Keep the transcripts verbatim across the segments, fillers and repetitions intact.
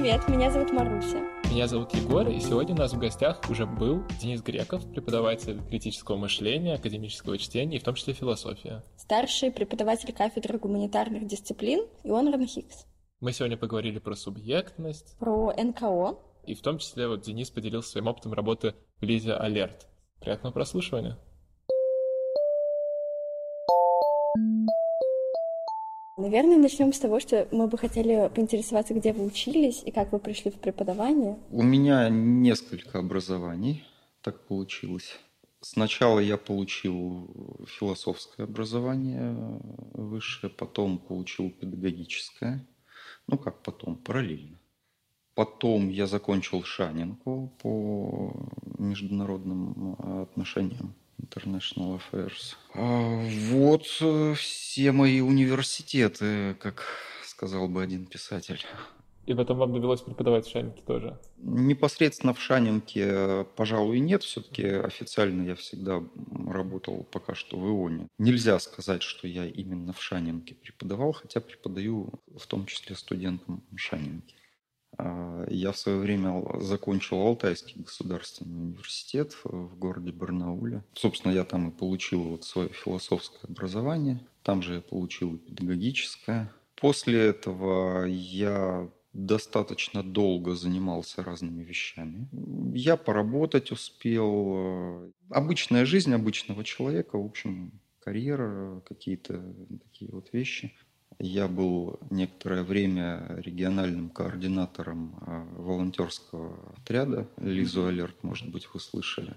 Привет, меня зовут Маруся. Меня зовут Егор, и сегодня у нас в гостях уже был Денис Греков, преподаватель критического мышления, академического чтения и в том числе философия. Старший преподаватель кафедры гуманитарных дисциплин Ион Ранхикс. Мы сегодня поговорили про субъектность, про эн ка о. И в том числе вот Денис поделился своим опытом работы в Лизе Алерт. Приятного прослушивания. Наверное, начнем с того, что мы бы хотели поинтересоваться, где вы учились и как вы пришли в преподавание. У меня несколько образований, так получилось. Сначала я получил философское образование высшее, потом получил педагогическое. Ну как потом, параллельно. Потом я закончил Шанинку по международным отношениям. International Affairs. А вот все мои университеты, как сказал бы один писатель. И потом вам довелось преподавать в Шанинке тоже? Непосредственно в Шанинке, пожалуй, нет. Все-таки официально я всегда работал пока что в ИОНе. Нельзя сказать, что я именно в Шанинке преподавал, хотя преподаю в том числе студентам Шанинки. Я в свое время закончил Алтайский государственный университет в городе Барнауле. Собственно, я там и получил вот свое философское образование. Там же я получил и педагогическое. После этого я достаточно долго занимался разными вещами. Я поработать успел. Обычная жизнь обычного человека, в общем, карьера, какие-то такие вот вещи. Я был некоторое время региональным координатором волонтерского отряда Лизу Алерт, может быть, вы слышали,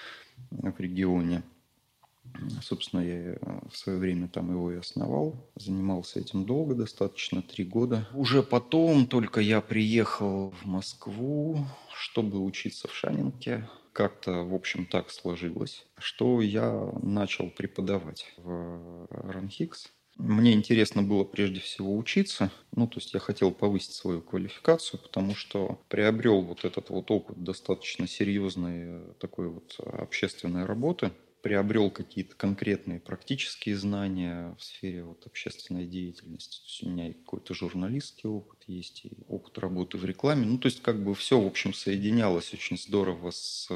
в регионе. Собственно, я в свое время там его и основал. Занимался этим долго, достаточно, три года. Уже потом только я приехал в Москву, чтобы учиться в Шанинке. Как-то, в общем, так сложилось, что я начал преподавать в Ранхикс. Мне интересно было прежде всего учиться, ну, то есть я хотел повысить свою квалификацию, потому что приобрел вот этот вот опыт достаточно серьезной такой вот общественной работы, приобрел какие-то конкретные практические знания в сфере вот общественной деятельности. То есть у меня и какой-то журналистский опыт есть, и опыт работы в рекламе. Ну, то есть как бы все, в общем, соединялось очень здорово с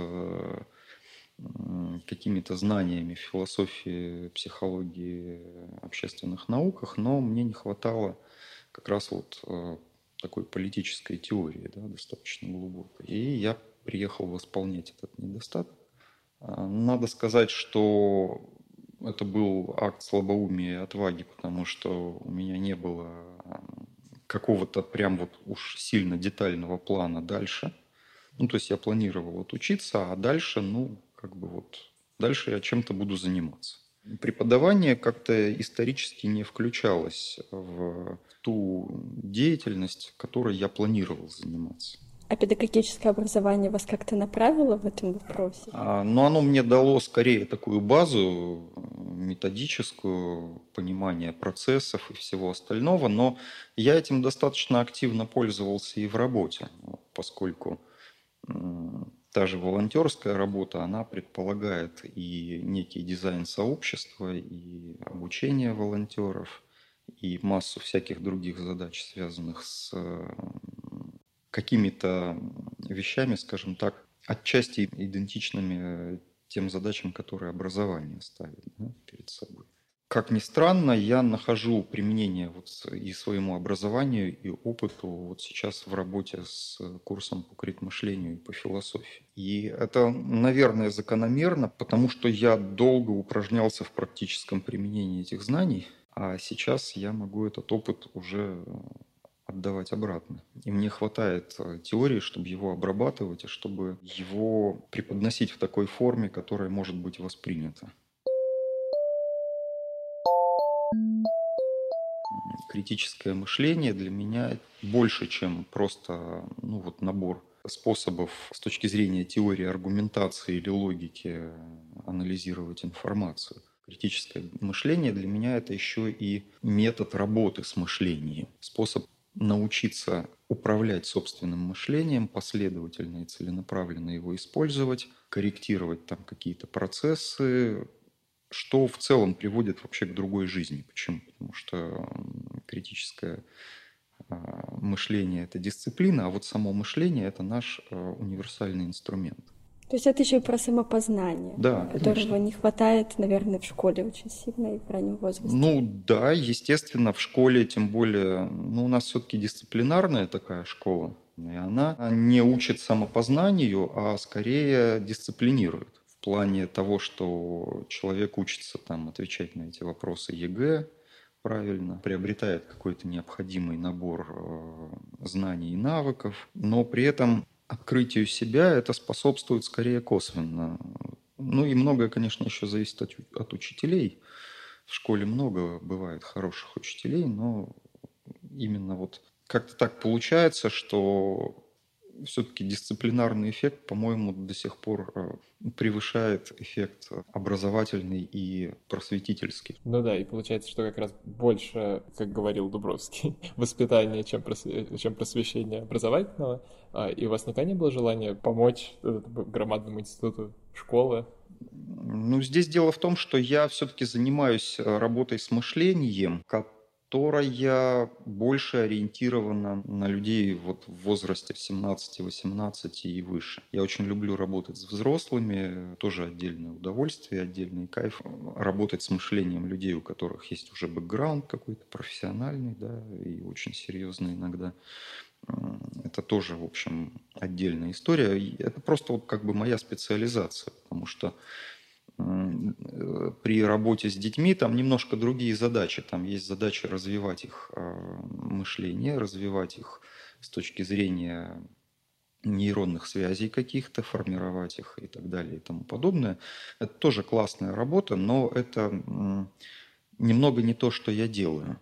какими-то знаниями в философии, психологии, общественных науках, но мне не хватало как раз вот такой политической теории, да, достаточно глубокой. И я приехал восполнять этот недостаток. Надо сказать, что это был акт слабоумия и отваги, потому что у меня не было какого-то прям вот уж сильно детального плана дальше. Ну, то есть я планировал вот учиться, а дальше, ну, как бы вот, дальше я чем-то буду заниматься. Преподавание как-то исторически не включалось в ту деятельность, которой я планировал заниматься. А педагогическое образование вас как-то направило в этом вопросе? А, но оно мне дало скорее такую базу методическую, понимание процессов и всего остального, но я этим достаточно активно пользовался и в работе, поскольку та же волонтерская работа, она предполагает и некий дизайн сообщества, и обучение волонтеров, и массу всяких других задач, связанных с какими-то вещами, скажем так, отчасти идентичными тем задачам, которые образование ставит, да, перед собой. Как ни странно, я нахожу применение вот и своему образованию, и опыту вот сейчас в работе с курсом по критмышлению и по философии. И это, наверное, закономерно, потому что я долго упражнялся в практическом применении этих знаний, а сейчас я могу этот опыт уже отдавать обратно. И мне хватает теории, чтобы его обрабатывать, и чтобы его преподносить в такой форме, которая может быть воспринята. Критическое мышление для меня больше, чем просто ну, вот набор способов с точки зрения теории аргументации или логики анализировать информацию. Критическое мышление для меня это еще и метод работы с мышлением, способ научиться управлять собственным мышлением, последовательно и целенаправленно его использовать, корректировать там какие-то процессы, что в целом приводит вообще к другой жизни. Почему? Потому что критическое А, Мышление – это дисциплина, а вот само мышление – это наш а, универсальный инструмент. То есть это еще и про самопознание, Да, которого конечно. не хватает, наверное, в школе очень сильно и в раннем возрасте. Ну да, естественно, в школе, тем более, ну, у нас все-таки дисциплинарная такая школа, и она не учит самопознанию, а скорее дисциплинирует. В плане того, что человек учится там отвечать на эти вопросы ЕГЭ правильно, приобретает какой-то необходимый набор э, знаний и навыков, но при этом открытию себя это способствует скорее косвенно. Ну и многое, конечно, еще зависит от, от учителей. В школе много бывает хороших учителей, но именно вот как-то так получается, что все-таки дисциплинарный эффект, по-моему, до сих пор э, превышает эффект образовательный и просветительский. Ну да, и получается, что как раз больше, как говорил Дубровский, воспитание, чем, просве... чем просвещение образовательного. И у вас никогда не было желания помочь громадному институту школы? Ну, здесь дело в том, что я все-таки занимаюсь работой с мышлением, которая больше ориентирована на людей вот в возрасте семнадцати-восемнадцати и выше. Я очень люблю работать с взрослыми, тоже отдельное удовольствие, отдельный кайф. Работать с мышлением людей, у которых есть уже бэкграунд какой-то профессиональный, да, и очень серьезный иногда. Это тоже, в общем, отдельная история. Это просто вот как бы моя специализация, потому что при работе с детьми там немножко другие задачи. Там есть задача развивать их мышление, развивать их с точки зрения нейронных связей каких-то, формировать их и так далее и тому подобное. Это тоже классная работа, но это немного не то, что я делаю.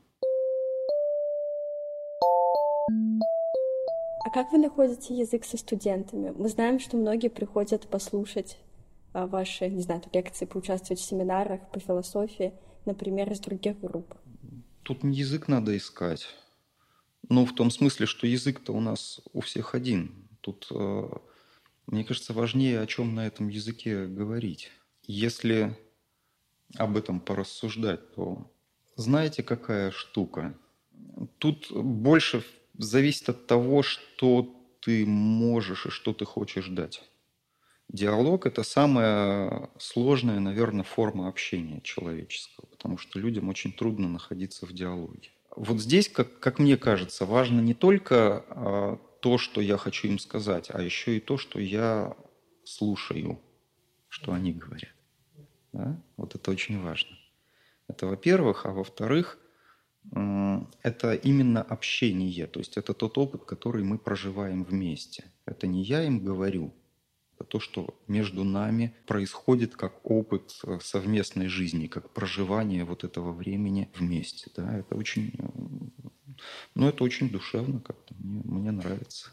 А как вы находите язык со студентами? Мы знаем, что многие приходят послушать ваши, не знаю, лекции, поучаствовать в семинарах по философии, например, из других групп. Тут не язык надо искать. Ну, в том смысле, что язык-то у нас у всех один. Тут, мне кажется, важнее, о чем на этом языке говорить. Если об этом порассуждать, то знаете, какая штука? Тут больше зависит от того, что ты можешь и что ты хочешь дать. Диалог – это самая сложная, наверное, форма общения человеческого, потому что людям очень трудно находиться в диалоге. Вот здесь, как, как мне кажется, важно не только а, то, что я хочу им сказать, а еще и то, что я слушаю, что они говорят. Да? Вот это очень важно. Это во-первых, а во-вторых, это именно общение, то есть это тот опыт, который мы проживаем вместе. Это не я им говорю, это то, что между нами происходит как опыт совместной жизни, как проживание вот этого времени вместе. Да? Это очень, ну, это очень душевно как-то, мне, мне нравится.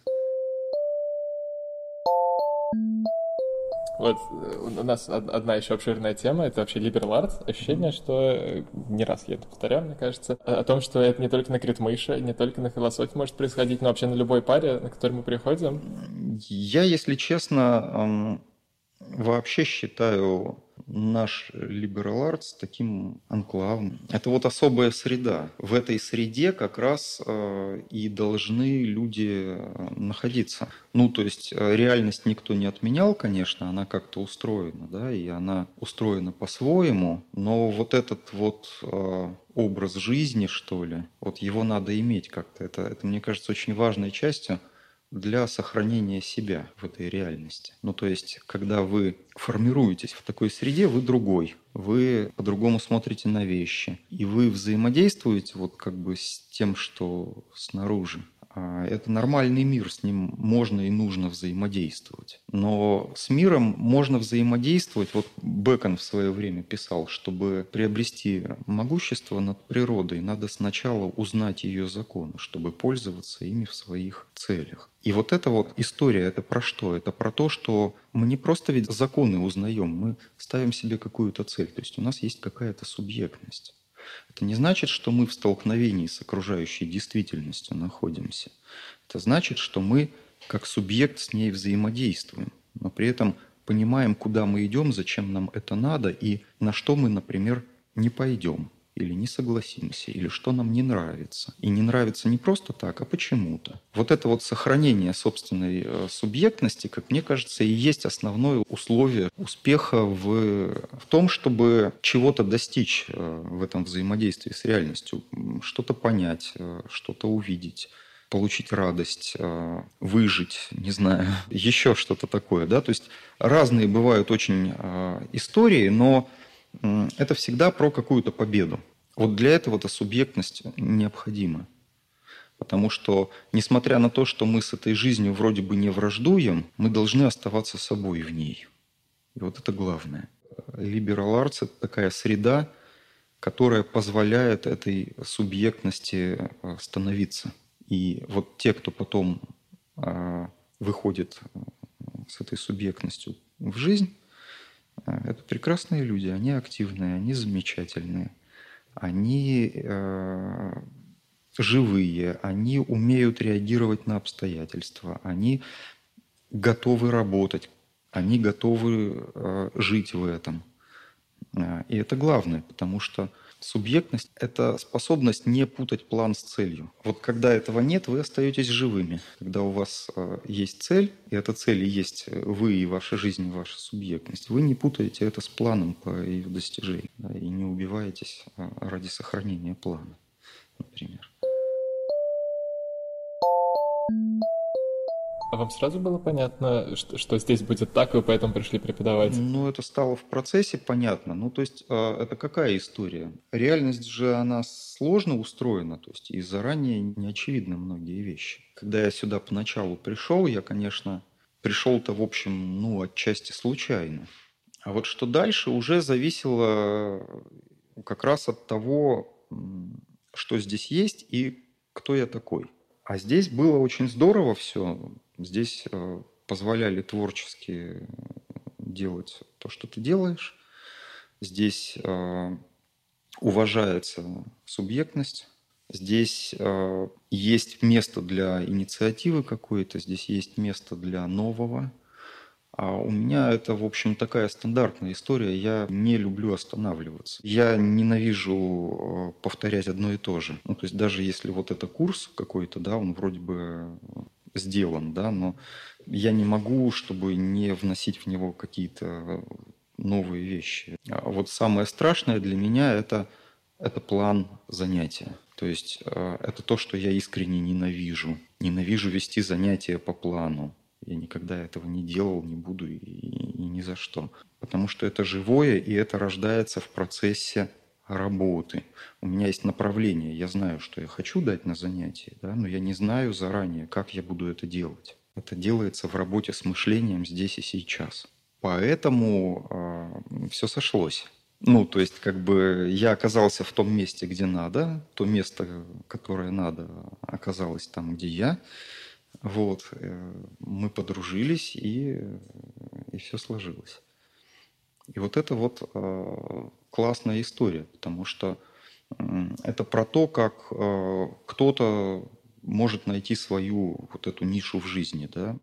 Вот у нас одна еще обширная тема, это вообще liberal arts. Ощущение, что не раз я это повторяю, мне кажется, о том, что это не только на критмыше, не только на философии может происходить, но вообще на любой паре, на которой мы приходим. Я, если честно, вообще считаю наш liberal arts таким анклавом. Это вот особая среда. В этой среде как раз э, и должны люди находиться. Ну, то есть реальность никто не отменял, конечно, она как-то устроена, да, и она устроена по-своему, но вот этот вот э, образ жизни, что ли, вот его надо иметь как-то. Это, это, мне кажется, очень важной частью для сохранения себя в этой реальности. Ну, то есть, когда вы формируетесь в такой среде, вы другой, вы по-другому смотрите на вещи, и вы взаимодействуете вот как бы с тем, что снаружи. Это нормальный мир, с ним можно и нужно взаимодействовать. Но с миром можно взаимодействовать. Вот Бэкон в свое время писал, чтобы приобрести могущество над природой, надо сначала узнать ее законы, чтобы пользоваться ими в своих целях. И вот эта вот история, это про что? Это про то, что мы не просто ведь законы узнаем, мы ставим себе какую-то цель. То есть у нас есть какая-то субъектность. Это не значит, что мы в столкновении с окружающей действительностью находимся. Это значит, что мы как субъект с ней взаимодействуем, но при этом понимаем, куда мы идем, зачем нам это надо и на что мы, например, не пойдем. или не согласимся, или что нам не нравится. И не нравится не просто так, а почему-то. Вот это вот сохранение собственной э, субъектности, как мне кажется, и есть основное условие успеха в, в том, чтобы чего-то достичь э, в этом взаимодействии с реальностью, м, что-то понять, э, что-то увидеть, получить радость, э, выжить, не знаю, еще что-то такое. Да? То есть разные бывают очень э, истории, но м, это всегда про какую-то победу. Вот для этого эта субъектность необходима. Потому что, несмотря на то, что мы с этой жизнью вроде бы не враждуем, мы должны оставаться собой в ней. И вот это главное. Liberal arts – это такая среда, которая позволяет этой субъектности э, становиться. И вот те, кто потом э, выходит э, с этой субъектностью в жизнь, э, это прекрасные люди, они активные, они замечательные, они э, живые, они умеют реагировать на обстоятельства, они готовы работать, они готовы э, жить в этом. Э, И это главное, потому что субъектность – это способность не путать план с целью. Вот когда этого нет, вы остаетесь живыми. Когда у вас э, есть цель, и эта цель и есть вы и ваша жизнь, и ваша субъектность, вы не путаете это с планом по ее достижению, да, и не убиваетесь э, ради сохранения плана, например. А вам сразу было понятно, что, что здесь будет так, вы поэтому пришли преподавать? Ну, это стало в процессе понятно. Ну, то есть, э, это какая история? Реальность же, она сложно устроена, то есть, и заранее не очевидны многие вещи. Когда я сюда поначалу пришел, я, конечно, пришел-то, в общем, ну, отчасти случайно. А вот что дальше, уже зависело э, как раз от того, м, что здесь есть и кто я такой. А здесь было очень здорово все. Здесь э, позволяли творчески делать то, что ты делаешь. Здесь э, уважается субъектность. Здесь э, есть место для инициативы какой-то, здесь есть место для нового. А у меня это, в общем, такая стандартная история. Я не люблю останавливаться. Я ненавижу э, повторять одно и то же. Ну, то есть даже если вот это курс какой-то, да, он вроде бы сделан, да, но я не могу, чтобы не вносить в него какие-то новые вещи. А вот самое страшное для меня это, это план занятия. То есть э, это то, что я искренне ненавижу. Ненавижу вести занятия по плану. Я никогда этого не делал, не буду и, и ни за что. Потому что это живое, и это рождается в процессе работы. У меня есть направление, я знаю, что я хочу дать на занятие, да, но я не знаю заранее, как я буду это делать. Это делается в работе с мышлением здесь и сейчас. Поэтому э, все сошлось. Ну, то есть, как бы я оказался в том месте, где надо, то место, которое надо, оказалось там, где я. Вот, э, мы подружились, и, и все сложилось. И вот это вот э, классная история, потому что э, это про то, как э, кто-то может найти свою вот эту нишу в жизни, да.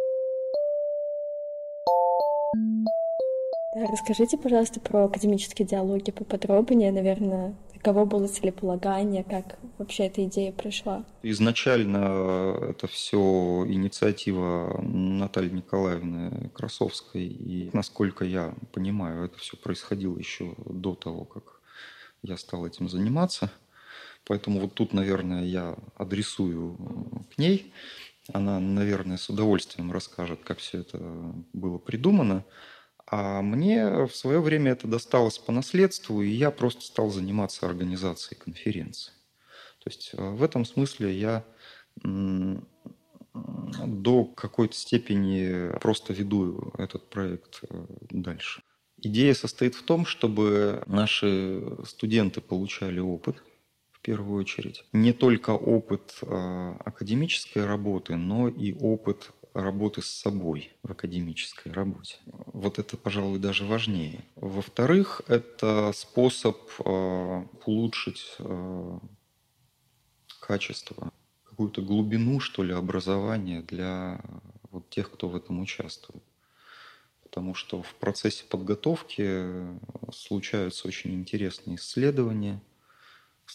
Да, расскажите, пожалуйста, про академические диалоги поподробнее, наверное, каково было целеполагание, как вообще эта идея пришла? Изначально это все инициатива Натальи Николаевны Красовской, и, насколько я понимаю, это все происходило еще до того, как я стал этим заниматься. Поэтому вот тут, наверное, я адресую к ней. Она, наверное, с удовольствием расскажет, как все это было придумано. А мне в свое время это досталось по наследству, и я просто стал заниматься организацией конференции. То есть э, в этом смысле я м, до какой-то степени просто веду этот проект э, дальше. Идея состоит в том, чтобы наши студенты получали опыт, в первую очередь. Не только опыт э, академической работы, но и опыт работы с собой в академической работе. Вот это, пожалуй, даже важнее. Во-вторых, это способ э, улучшить э, качество, какую-то глубину, что ли, образования для вот тех, кто в этом участвует. Потому что в процессе подготовки случаются очень интересные исследования,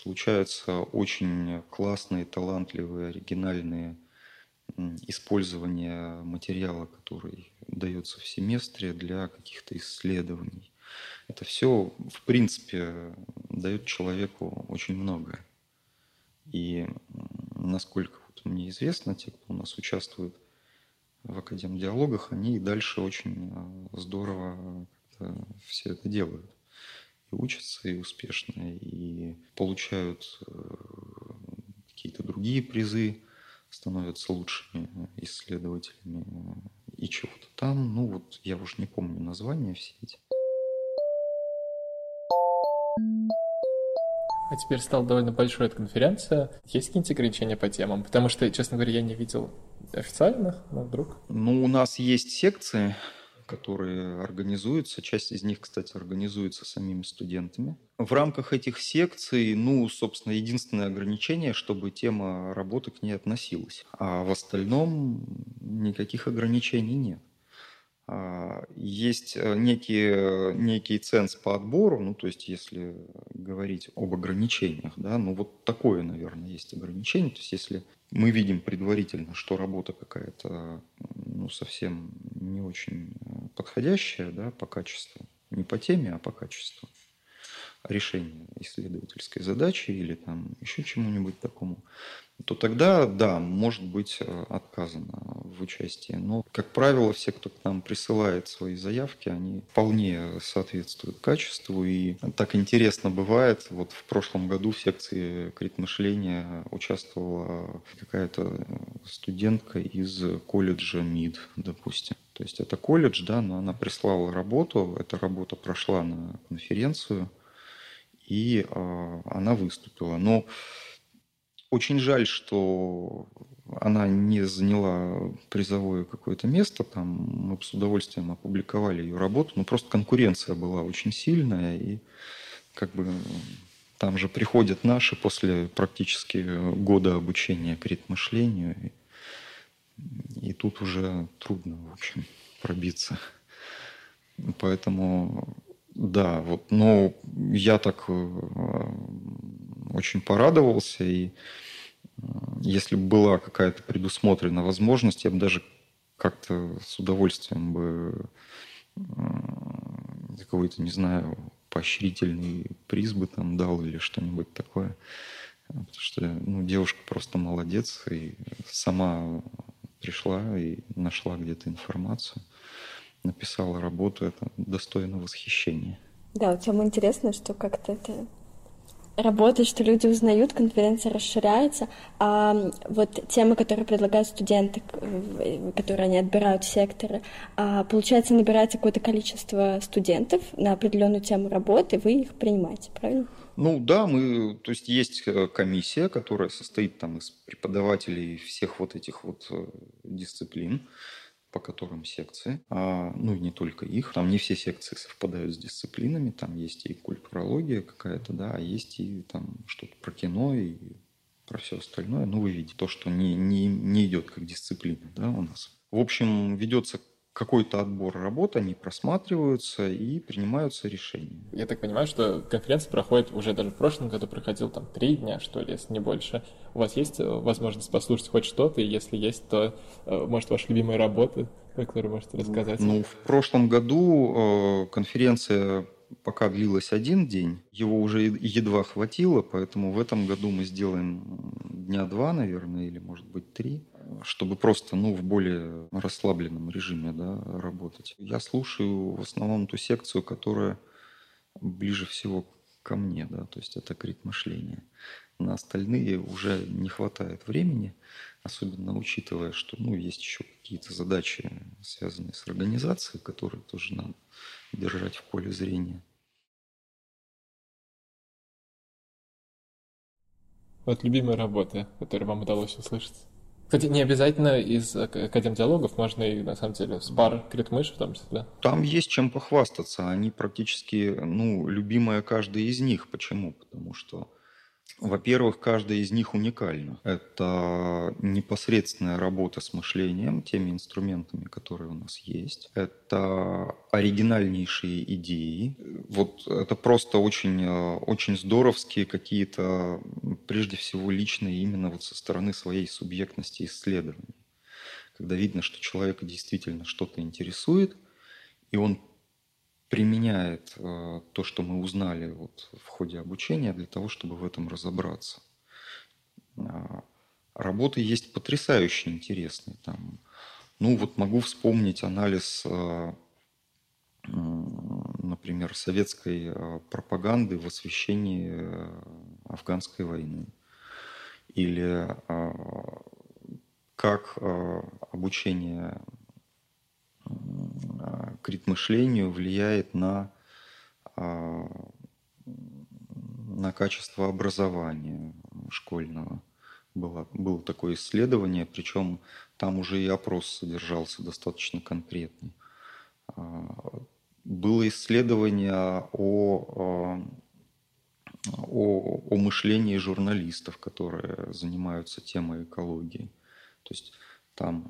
случаются очень классные, талантливые, оригинальные использования материала, который дается в семестре для каких-то исследований. Это все, в принципе, дает человеку очень многое. И насколько вот мне известно, те, кто у нас участвует в академдиалогах, они и дальше очень здорово все это делают. И учатся, и успешно, и получают какие-то другие призы, становятся лучшими исследователями и чего-то там. Ну вот я уж не помню названия все эти. А теперь стала довольно большой эта конференция. Есть какие-нибудь ограничения по темам? Потому что, честно говоря, я не видел официальных, но вдруг... Ну, у нас есть секции, которые организуются. Часть из них, кстати, организуется самими студентами. В рамках этих секций, ну, собственно, единственное ограничение, чтобы тема работы к ней относилась. А в остальном никаких ограничений нет. Есть некий, некий ценз по отбору, ну, то есть, если говорить об ограничениях, да, ну, вот такое, наверное, есть ограничение. То есть, если мы видим предварительно, что работа какая-то, ну, совсем не очень подходящая, да, по качеству, не по теме, а по качеству решения исследовательской задачи или там еще чему-нибудь такому, то тогда, да, может быть отказано в участии. Но, как правило, все, кто к нам присылает свои заявки, они вполне соответствуют качеству. И так интересно бывает. Вот в прошлом году в секции критмышления участвовала какая-то студентка из колледжа МИД, допустим. То есть это колледж, да, но она прислала работу. Эта работа прошла на конференцию, и э, она выступила. Но очень жаль, что она не заняла призовое какое-то место. Там мы бы с удовольствием опубликовали ее работу. Но просто конкуренция была очень сильная. И как бы там же приходят наши после практически года обучения критмышлению. И, и тут уже трудно, в общем, пробиться. Поэтому... Да, вот, но я так очень порадовался, и если бы была какая-то предусмотрена возможность, я бы даже как-то с удовольствием бы какой-то, не знаю, поощрительный приз бы там дал или что-нибудь такое. Потому что, ну, девушка просто молодец, и сама пришла и нашла где-то информацию. Написала работу, это достойно восхищения. Да, вот тем интересно, что как-то это работает, что люди узнают, конференция расширяется, а вот темы, которые предлагают студенты, которые они отбирают секторы, получается, набирается какое-то количество студентов на определенную тему работы, вы их принимаете, правильно? Ну да, мы, то есть есть комиссия, которая состоит там из преподавателей всех вот этих вот дисциплин, по которым секции, а, ну и не только их, там не все секции совпадают с дисциплинами, там есть и культурология какая-то, да, а есть и там что-то про кино и про все остальное. Ну, вы видите, то, что не, не, не идет как дисциплина, да, у нас. В общем, ведется какой-то отбор работ, они просматриваются и принимаются решения. Я так понимаю, что конференция проходит уже даже в прошлом году, проходил там три дня, что ли, если не больше. У вас есть возможность послушать хоть что-то, и если есть, то, может, ваши любимые работы, про которые можете рассказать? Ну, в прошлом году конференция пока длилась один день, его уже едва хватило, поэтому в этом году мы сделаем дня два, наверное, или, может быть, три, чтобы просто, ну, в более расслабленном режиме, да, работать. Я слушаю в основном ту секцию, которая ближе всего ко мне, да, то есть это критмышление. На остальные уже не хватает времени, особенно учитывая, что, ну, есть еще какие-то задачи, связанные с организацией, которые тоже надо держать в поле зрения. Вот любимые работы, которые вам удалось услышать. Кстати, не обязательно из академдиалогов, можно и, на самом деле, с пар критмыш в том числе. Там есть чем похвастаться. Они практически, ну, любимая каждая из них. Почему? Потому что, во-первых, каждая из них уникальна. Это непосредственная работа с мышлением, теми инструментами, которые у нас есть. Это оригинальнейшие идеи. Вот это просто очень, очень здоровские какие-то, прежде всего, личные именно вот со стороны своей субъектности исследований. Когда видно, что человека действительно что-то интересует, и он применяет э, то, что мы узнали вот в ходе обучения, для того, чтобы в этом разобраться. А, работы есть потрясающе интересные. Там, ну вот могу вспомнить анализ, э, например, советской э, пропаганды в освещении э, афганской войны. Или э, как э, обучение критмышлению влияет на, на качество образования школьного. Было, было такое исследование, причем там уже и опрос содержался достаточно конкретный. Было исследование о, о, о мышлении журналистов, которые занимаются темой экологии. То есть там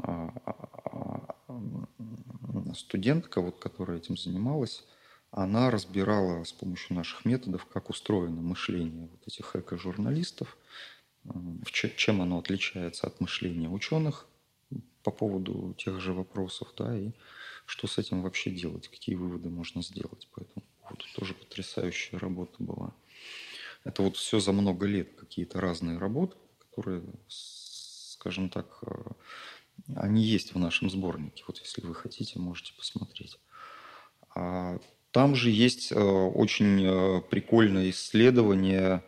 студентка, вот, которая этим занималась, она разбирала с помощью наших методов, как устроено мышление вот этих эко-журналистов, чем оно отличается от мышления ученых по поводу тех же вопросов, да, и что с этим вообще делать, какие выводы можно сделать. Поэтому вот тоже потрясающая работа была. Это вот все за много лет какие-то разные работы, которые, скажем так, они есть в нашем сборнике. Вот если вы хотите, можете посмотреть. Там же есть очень прикольное исследование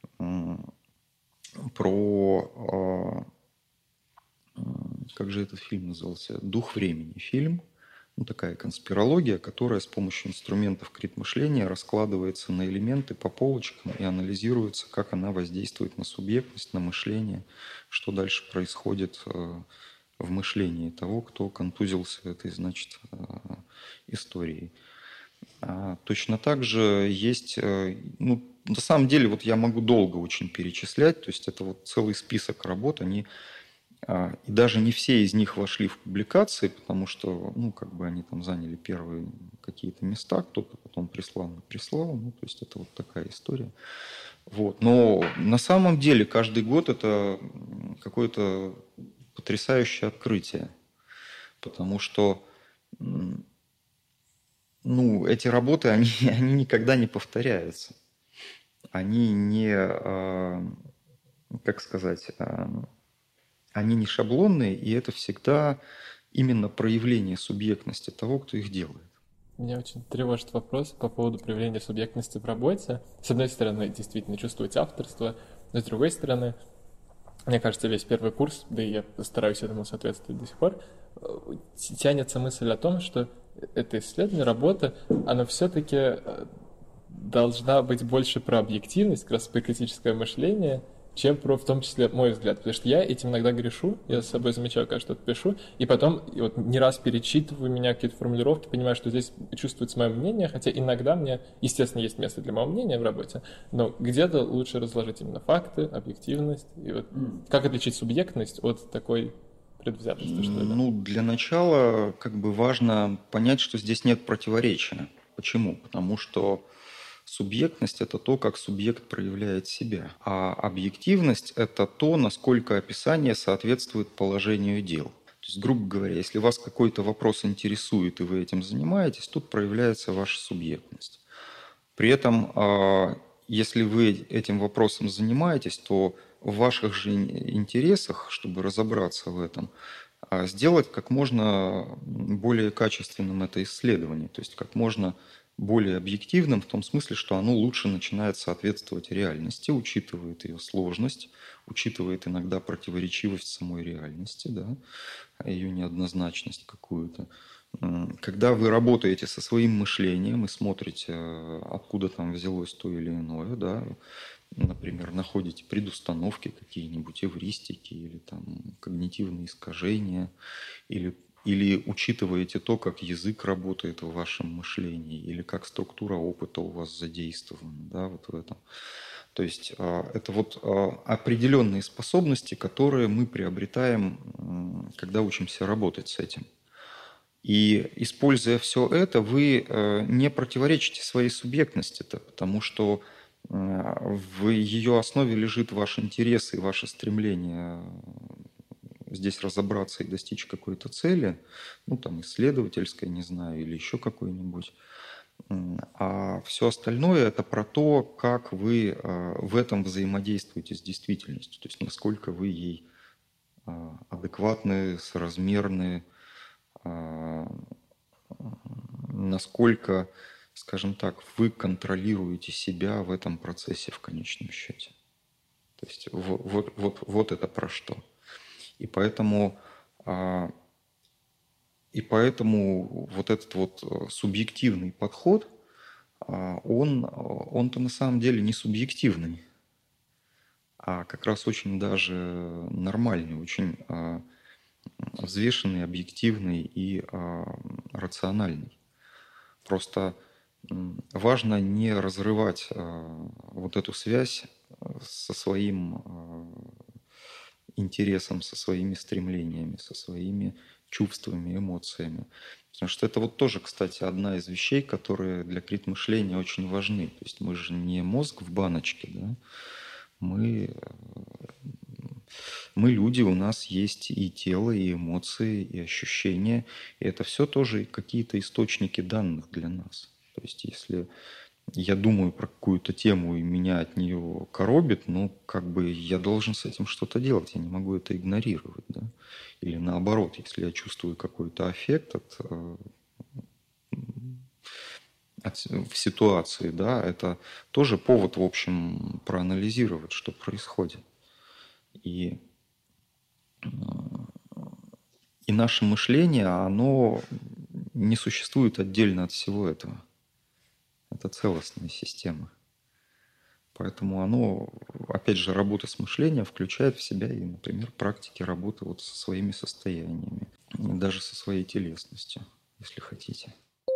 про... Как же этот фильм назывался? «Дух времени» фильм. Ну, такая конспирология, которая с помощью инструментов критмышления раскладывается на элементы по полочкам и анализируется, как она воздействует на субъектность, на мышление, что дальше происходит в мышлении того, кто контузился этой, значит, историей. А точно так же есть, ну, на самом деле, вот я могу долго очень перечислять, то есть это вот целый список работ, они, и даже не все из них вошли в публикации, потому что, ну, как бы они там заняли первые какие-то места, кто-то потом прислал, не прислал, ну, то есть это вот такая история. Вот. Но на самом деле каждый год это какое-то потрясающее открытие, потому что, ну, эти работы, они, они никогда не повторяются. Они не, как сказать, они не шаблонные, и это всегда именно проявление субъектности того, кто их делает. Меня очень тревожит вопрос по поводу проявления субъектности в работе. С одной стороны, действительно чувствовать авторство, но с другой стороны, мне кажется, весь первый курс, да и я стараюсь этому соответствовать до сих пор, тянется мысль о том, что это исследование, работа, она все-таки должна быть больше про объективность, как раз про критическое мышление, чем про, в том числе, мой взгляд. Потому что я этим иногда грешу, я с собой замечаю, когда что-то пишу, и потом и вот не раз перечитываю меня какие-то формулировки, понимаю, что здесь чувствуется мое мнение, хотя иногда мне, естественно, есть место для моего мнения в работе, но где-то лучше разложить именно факты, объективность, и вот как отличить субъектность от такой предвзятости, что ли? Ну, для начала как бы важно понять, что здесь нет противоречия. Почему? Потому что субъектность – это то, как субъект проявляет себя, а объективность – это то, насколько описание соответствует положению дел. То есть, грубо говоря, если вас какой-то вопрос интересует, и вы этим занимаетесь, тут проявляется ваша субъектность. При этом, если вы этим вопросом занимаетесь, то в ваших же интересах, чтобы разобраться в этом, сделать как можно более качественным это исследование, то есть как можно более объективным в том смысле, что оно лучше начинает соответствовать реальности, учитывает ее сложность, учитывает иногда противоречивость самой реальности, да, ее неоднозначность какую-то. Когда вы работаете со своим мышлением и смотрите, откуда там взялось то или иное, да, например, находите предустановки какие-нибудь, эвристики или там когнитивные искажения, или Или учитываете то, как язык работает в вашем мышлении, или как структура опыта у вас задействована, да, вот в этом. То есть это вот определенные способности, которые мы приобретаем, когда учимся работать с этим. И используя все это, вы не противоречите своей субъектности-то, потому что в ее основе лежит ваш интерес и ваше стремление здесь разобраться и достичь какой-то цели, ну, там, исследовательской, не знаю, или еще какой-нибудь. А все остальное – это про то, как вы в этом взаимодействуете с действительностью, то есть насколько вы ей адекватны, соразмерны, насколько, скажем так, вы контролируете себя в этом процессе в конечном счете. То есть вот, вот, вот, вот это про что. И поэтому, и поэтому вот этот вот субъективный подход, он, он-то на самом деле не субъективный, а как раз очень даже нормальный, очень взвешенный, объективный и рациональный. Просто важно не разрывать вот эту связь со своим интересом, со своими стремлениями, со своими чувствами, эмоциями. Потому что это вот тоже, кстати, одна из вещей, которые для крит-мышления очень важны. То есть мы же не мозг в баночке, да? Мы, мы люди, у нас есть и тело, и эмоции, и ощущения. И это все тоже какие-то источники данных для нас. То есть если я думаю про какую-то тему, и меня от нее коробит, ну, как бы я должен с этим что-то делать, я не могу это игнорировать, да? Или наоборот, если я чувствую какой-то аффект от, от, в ситуации, да, это тоже повод, в общем, проанализировать, что происходит. И, и наше мышление, оно не существует отдельно от всего этого. Это целостная система. Поэтому оно, опять же, работа с мышлением включает в себя и, например, практики работы вот со своими состояниями, даже со своей телесностью, если хотите.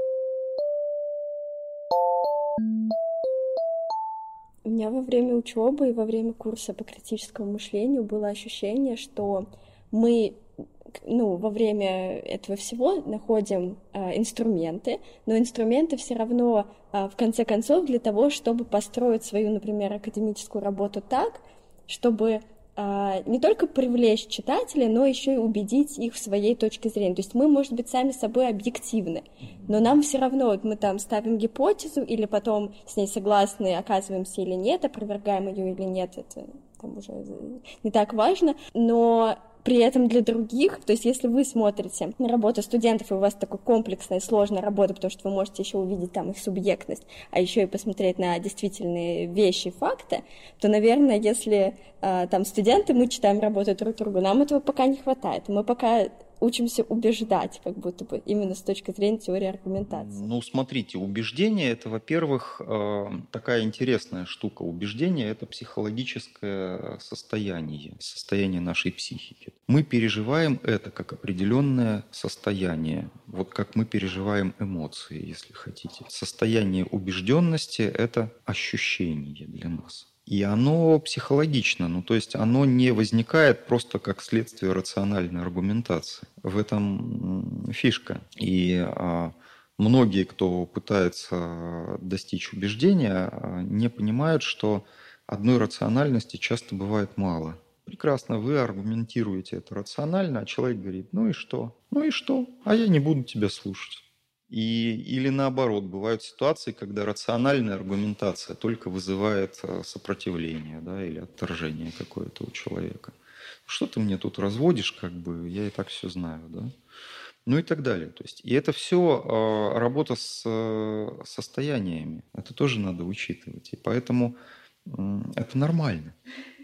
У меня во время учебы и во время курса по критическому мышлению было ощущение, что мы ну, во время этого всего находим э, инструменты, но инструменты все равно, э, в конце концов, для того, чтобы построить свою, например, академическую работу так, чтобы э, не только привлечь читателей, но еще и убедить их в своей точке зрения. То есть мы, может быть, сами собой объективны, но нам все равно, вот мы там ставим гипотезу, или потом с ней согласны, оказываемся или нет, опровергаем ее или нет, это там уже не так важно, но при этом для других, то есть если вы смотрите на работу студентов, и у вас такая комплексная, сложная работа, потому что вы можете еще увидеть там их субъектность, а еще и посмотреть на действительные вещи, факты, то, наверное, если э, там студенты, мы читаем работу друг другу, нам этого пока не хватает. Мы пока учимся убеждать, как будто бы, именно с точки зрения теории аргументации. Ну, смотрите, убеждение – это, во-первых, такая интересная штука. Убеждение – это психологическое состояние, состояние нашей психики. Мы переживаем это как определенное состояние, вот как мы переживаем эмоции, если хотите. Состояние убежденности – это ощущение для нас. И оно психологично, ну то есть оно не возникает просто как следствие рациональной аргументации. В этом фишка. И а, многие, кто пытается достичь убеждения, не понимают, что одной рациональности часто бывает мало. Прекрасно, вы аргументируете это рационально, а человек говорит, ну и что? Ну и что? А я не буду тебя слушать. И, или наоборот, бывают ситуации, когда рациональная аргументация только вызывает сопротивление, да, или отторжение какое-то у человека. Что ты мне тут разводишь, как бы, я и так все знаю, да? Ну и так далее. То есть, и это все э, работа с э, состояниями. Это тоже надо учитывать. И поэтому э, это нормально.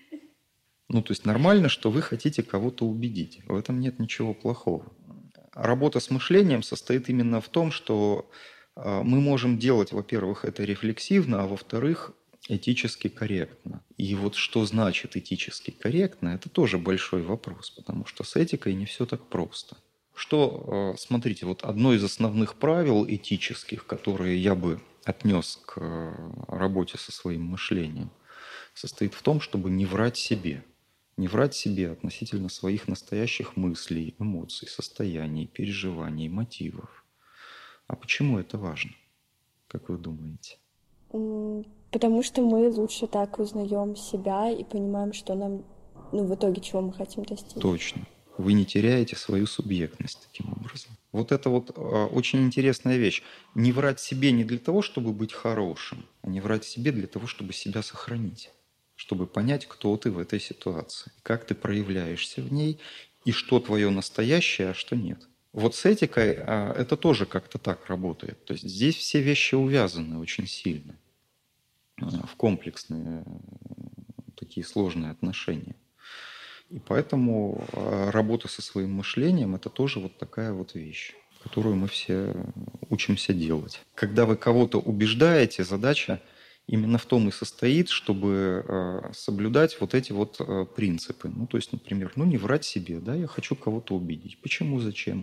Ну, то есть нормально, что вы хотите кого-то убедить. В этом нет ничего плохого. Работа с мышлением состоит именно в том, что мы можем делать, во-первых, это рефлексивно, а во-вторых, этически корректно. И вот что значит этически корректно, это тоже большой вопрос, потому что с этикой не все так просто. Что, смотрите, вот одно из основных правил этических, которые я бы отнес к работе со своим мышлением, состоит в том, чтобы не врать себе. Не врать себе относительно своих настоящих мыслей, эмоций, состояний, переживаний, мотивов. А почему это важно, как вы думаете? М, Потому что мы лучше так узнаем себя и понимаем, что нам, ну, в итоге, чего мы хотим достичь. Точно. Вы не теряете свою субъектность таким образом. Вот это вот э, очень интересная вещь. Не врать себе не для того, чтобы быть хорошим, а не врать себе для того, чтобы себя сохранить, чтобы понять, кто ты в этой ситуации, как ты проявляешься в ней и что твое настоящее, а что нет. Вот с этикой э, это тоже как-то так работает. То есть здесь все вещи увязаны очень сильно э, в комплексные э, такие сложные отношения. И поэтому э, работа со своим мышлением – это тоже вот такая вот вещь, которую мы все учимся делать. Когда вы кого-то убеждаете, задача именно в том и состоит, чтобы э, соблюдать вот эти вот э, принципы. Ну, то есть, например, ну не врать себе, да, я хочу кого-то убедить. Почему, зачем?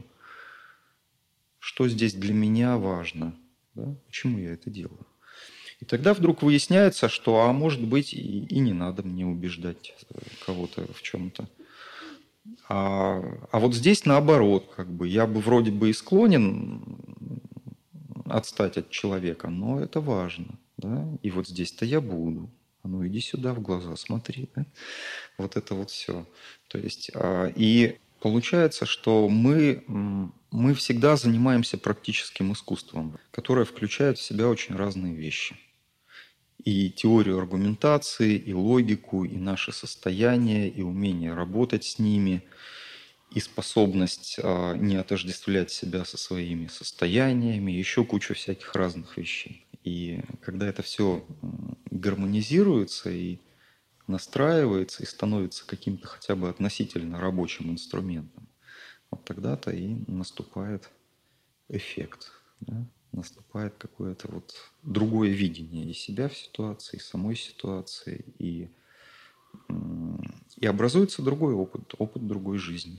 Что здесь для меня важно? Да? Почему я это делаю? И тогда вдруг выясняется, что, а может быть, и, и не надо мне убеждать кого-то в чем-то. А, а вот здесь наоборот, как бы я бы вроде бы и склонен отстать от человека, но это важно, да, и вот здесь-то я буду. А ну иди сюда в глаза, смотри, да? Вот это вот все. То есть, а, и получается, что мы, мы всегда занимаемся практическим искусством, которое включает в себя очень разные вещи. И теорию аргументации, и логику, и наше состояние, и умение работать с ними – и способность а, не отождествлять себя со своими состояниями, еще кучу всяких разных вещей. И когда это все гармонизируется и настраивается, и становится каким-то хотя бы относительно рабочим инструментом, вот тогда-то и наступает эффект. Да? Наступает какое-то вот другое видение и себя в ситуации, и самой ситуации, и, и образуется другой опыт, опыт другой жизни.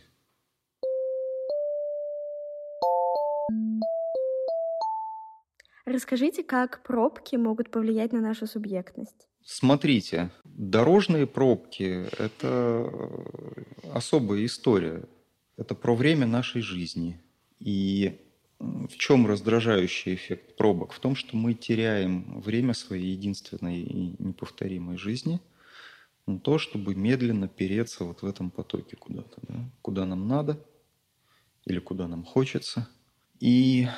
Расскажите, как пробки могут повлиять на нашу субъектность? Смотрите, дорожные пробки – это особая история. Это про время нашей жизни. И в чем раздражающий эффект пробок? В том, что мы теряем время своей единственной и неповторимой жизни на то, чтобы медленно переться вот в этом потоке куда-то, да? Куда нам надо или куда нам хочется. И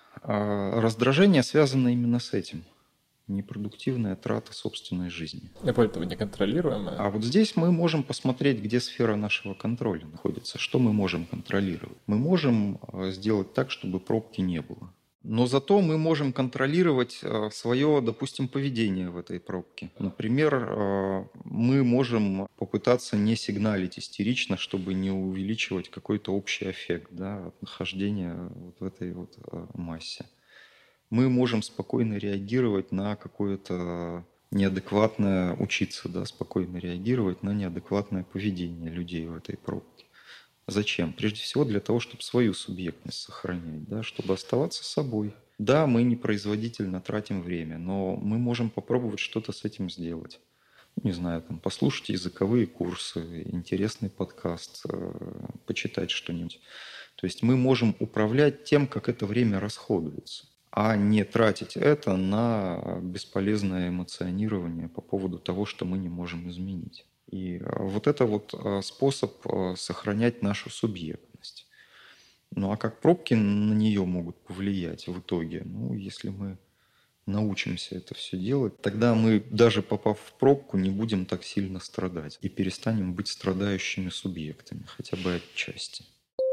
а, раздражение связано именно с этим. Непродуктивная трата собственной жизни. И более того, неконтролируемая. А вот здесь мы можем посмотреть, где сфера нашего контроля находится, что мы можем контролировать. Мы можем сделать так, чтобы пробки не было. Но зато мы можем контролировать свое, допустим, поведение в этой пробке. Например, мы можем попытаться не сигналить истерично, чтобы не увеличивать какой-то общий эффект, да, от нахождения вот в этой вот массе. Мы можем спокойно реагировать на какое-то неадекватное, учиться, да, спокойно реагировать на неадекватное поведение людей в этой пробке. Зачем? Прежде всего для того, чтобы свою субъектность сохранять, да, чтобы оставаться собой. Да, мы непроизводительно тратим время, но мы можем попробовать что-то с этим сделать. Не знаю, там, послушать языковые курсы, интересный подкаст, почитать что-нибудь. То есть мы можем управлять тем, как это время расходуется, а не тратить это на бесполезное эмоционирование по поводу того, что мы не можем изменить. И вот это вот способ сохранять нашу субъектность. Ну а как пробки на нее могут повлиять в итоге? Ну, если мы научимся это все делать, тогда мы, даже попав в пробку, не будем так сильно страдать и перестанем быть страдающими субъектами, хотя бы отчасти.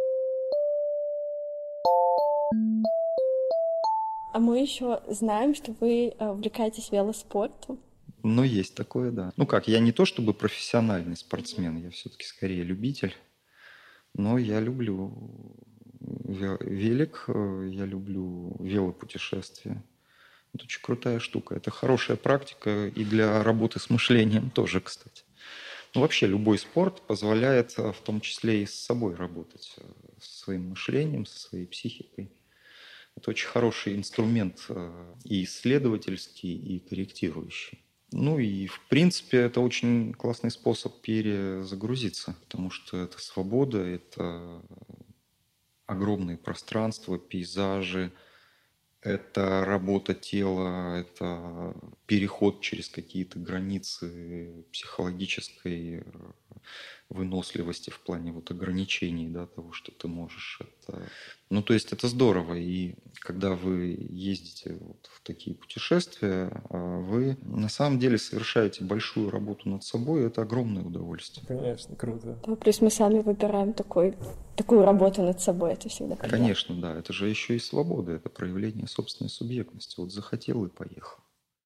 А мы еще знаем, что вы увлекаетесь велоспортом. Ну, есть такое, да. Ну как, я не то чтобы профессиональный спортсмен, я все-таки скорее любитель, но я люблю велик, я люблю велопутешествия. Это очень крутая штука. Это хорошая практика и для работы с мышлением тоже, кстати. Ну, вообще любой спорт позволяет в том числе и с собой работать, со своим мышлением, со своей психикой. Это очень хороший инструмент и исследовательский, и корректирующий. Ну и, в принципе, это очень классный способ перезагрузиться, потому что это свобода, это огромные пространства, пейзажи, это работа тела, это переход через какие-то границы психологической э, выносливости в плане вот ограничений, да, того, что ты можешь. Это... Ну, то есть это здорово. И когда вы ездите вот в такие путешествия, а, вы на самом деле совершаете большую работу над собой, и это огромное удовольствие. Конечно, круто. Да, плюс мы сами выбираем такой, такую работу над собой, это всегда приятно. Конечно, да. Это же еще и свобода, это проявление собственной субъектности. Вот захотел и поехал.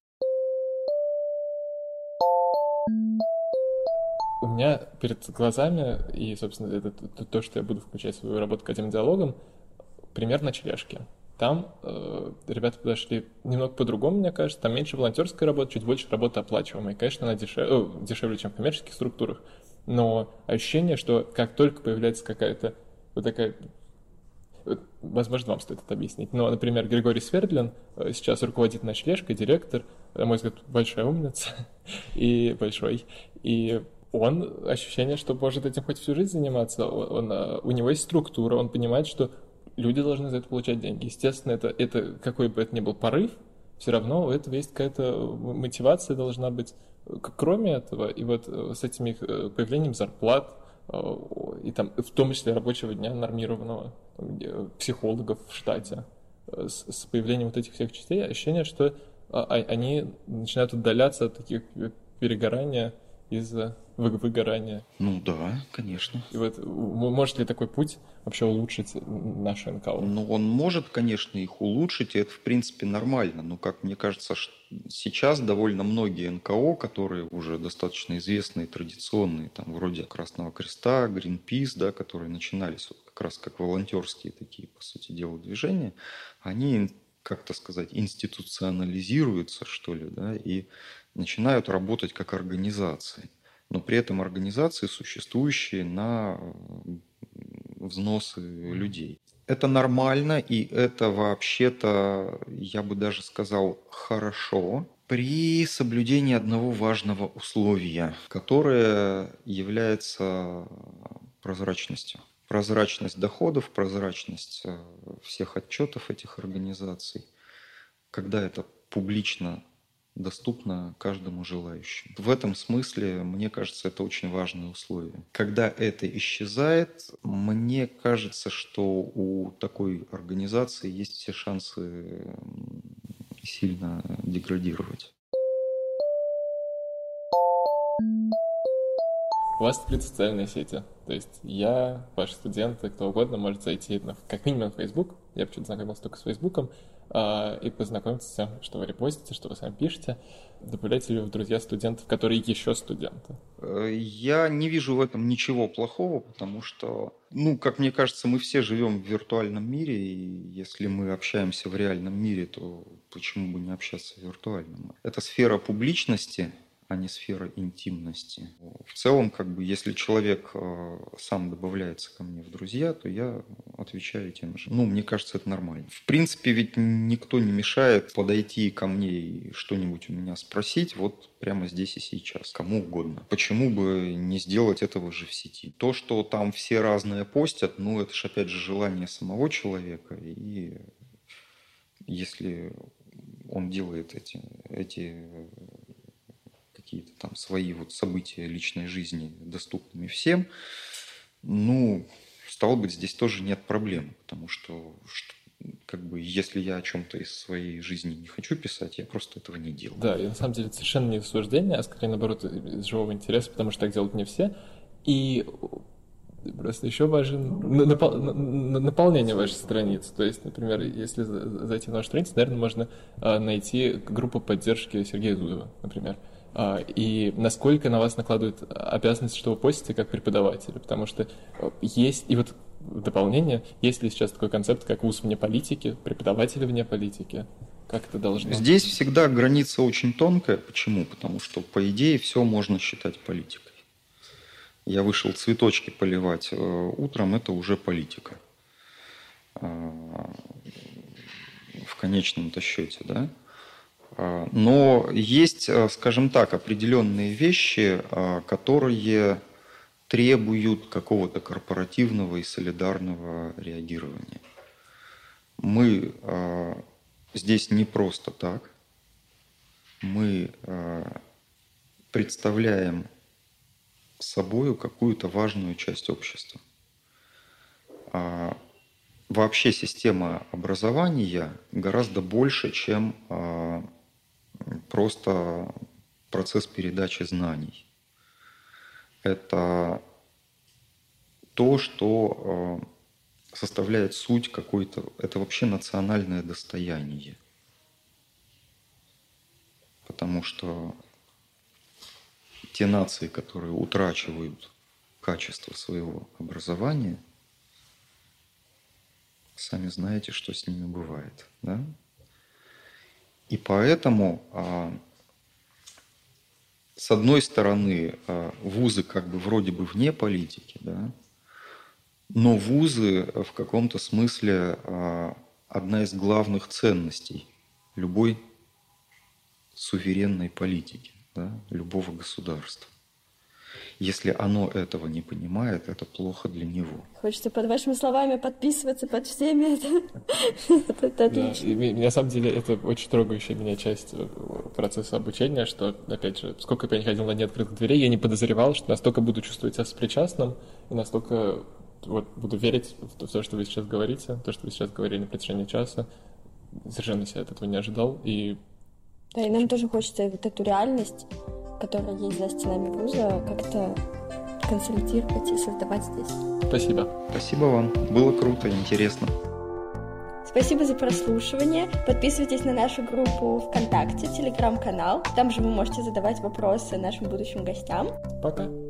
У меня перед глазами, и, собственно, это то, что я буду включать в свою работу академдиалогом, пример ночлежки. Там э, ребята подошли немного по-другому, мне кажется. Там меньше волонтерской работы, чуть больше работы оплачиваемой. Конечно, она дешев... э, дешевле, чем в коммерческих структурах. Но ощущение, что как только появляется какая-то вот такая... Возможно, вам стоит это объяснить. Но, например, Григорий Свердлин сейчас руководит ночлежкой, директор, на мой взгляд, большая умница и большой. И он, ощущение, что может этим хоть всю жизнь заниматься. Он, он, у него есть структура, он понимает, что люди должны за это получать деньги. Естественно, это, это какой бы это ни был порыв, все равно у этого есть какая-то мотивация должна быть. Кроме этого, и вот с этим их появлением зарплат, и там в том числе рабочего дня нормированного, там, психологов в штате, с, с появлением вот этих всех частей, ощущение, что они начинают отдаляться от таких перегорания из-за выгорания. Ну да, конечно. И вот может ли такой путь вообще улучшить нашу эн ка о? Ну, он может, конечно, их улучшить, и это, в принципе, нормально. Но, как мне кажется, сейчас довольно многие эн ка о, которые уже достаточно известные, традиционные, там, вроде Красного Креста, Greenpeace, да, которые начинались вот как раз как волонтерские такие, по сути дела, движения, они, как-то сказать, институционализируются, что ли, да, и начинают работать как организации. Но при этом организации, существующие на взносы людей. Это нормально, и это вообще-то, я бы даже сказал, хорошо, при соблюдении одного важного условия, которое является прозрачностью. Прозрачность доходов, прозрачность всех отчетов этих организаций, когда это публично доступно каждому желающему. В этом смысле, мне кажется, это очень важное условие. Когда это исчезает, мне кажется, что у такой организации есть все шансы сильно деградировать. У вас открыты социальные сети. То есть я, ваши студенты, кто угодно может зайти на, как минимум в Facebook. Я почему-то знакомился только с Фейсбуком. А, и познакомиться с тем, что вы репостите, что вы сами пишете. Добавляете ли вы в друзья студентов, которые еще студенты? Я не вижу в этом ничего плохого, потому что, ну, как мне кажется, мы все живем в виртуальном мире, и если мы общаемся в реальном мире, то почему бы не общаться в виртуальном? Это сфера публичности, а не сфера интимности. В целом, как бы, если человек э, сам добавляется ко мне в друзья, то я отвечаю тем же. Ну, мне кажется, это нормально. В принципе, ведь никто не мешает подойти ко мне и что-нибудь у меня спросить вот прямо здесь и сейчас, кому угодно. Почему бы не сделать этого же в сети? То, что там все разные постят, ну, это же опять же желание самого человека, и если он делает эти... эти какие-то там свои вот события личной жизни доступными всем, ну, стало быть, здесь тоже нет проблем, потому что, что как бы, если я о чем-то из своей жизни не хочу писать, я просто этого не делаю. Да, и на самом деле это совершенно не осуждение, а скорее, наоборот, из живого интереса, потому что так делают не все. И просто еще важен напол... наполнение вашей страницы. То есть, например, если зайти на вашу страницу, наверное, можно найти группу поддержки Сергея Зуева, например. И насколько на вас накладывает обязанность, что вы постите как преподаватель. Потому что есть, и вот в дополнение, есть ли сейчас такой концепт, как вуз вне политики, преподаватели вне политики? Как это должно? Здесь всегда граница очень тонкая. Почему? Потому что, по идее, все можно считать политикой. Я вышел цветочки поливать утром, это уже политика. В конечном-то счете, да? Но есть, скажем так, определенные вещи, которые требуют какого-то корпоративного и солидарного реагирования. Мы здесь не просто так. Мы представляем собою какую-то важную часть общества. Вообще система образования гораздо больше, чем просто процесс передачи знаний. Это то, что составляет суть какой-то, это вообще национальное достояние. Потому что те нации, которые утрачивают качество своего образования, сами знаете, что с ними бывает, да? И поэтому, с одной стороны, вузы как бы вроде бы вне политики, да? Но вузы в каком-то смысле одна из главных ценностей любой суверенной политики, да? Любого государства. Если оно этого не понимает, это плохо для него. Хочется под вашими словами подписываться под всеми. Это, это отлично. Да, и, на самом деле это очень трогающая меня часть процесса обучения, что, опять же, сколько бы я ни ходил на неоткрытых дверей, я не подозревал, что настолько буду чувствовать себя сопричастным и настолько вот, буду верить в то, что вы сейчас говорите, то, что вы сейчас говорили на протяжении часа. Совершенно себя от этого не ожидал. И... Да, и нам тоже хочется вот эту реальность, которая есть за стенами вуза, как-то консолидировать и создавать здесь. Спасибо. Спасибо вам. Было круто, интересно. Спасибо за прослушивание. Подписывайтесь на нашу группу ВКонтакте, Телеграм-канал. Там же вы можете задавать вопросы нашим будущим гостям. Пока.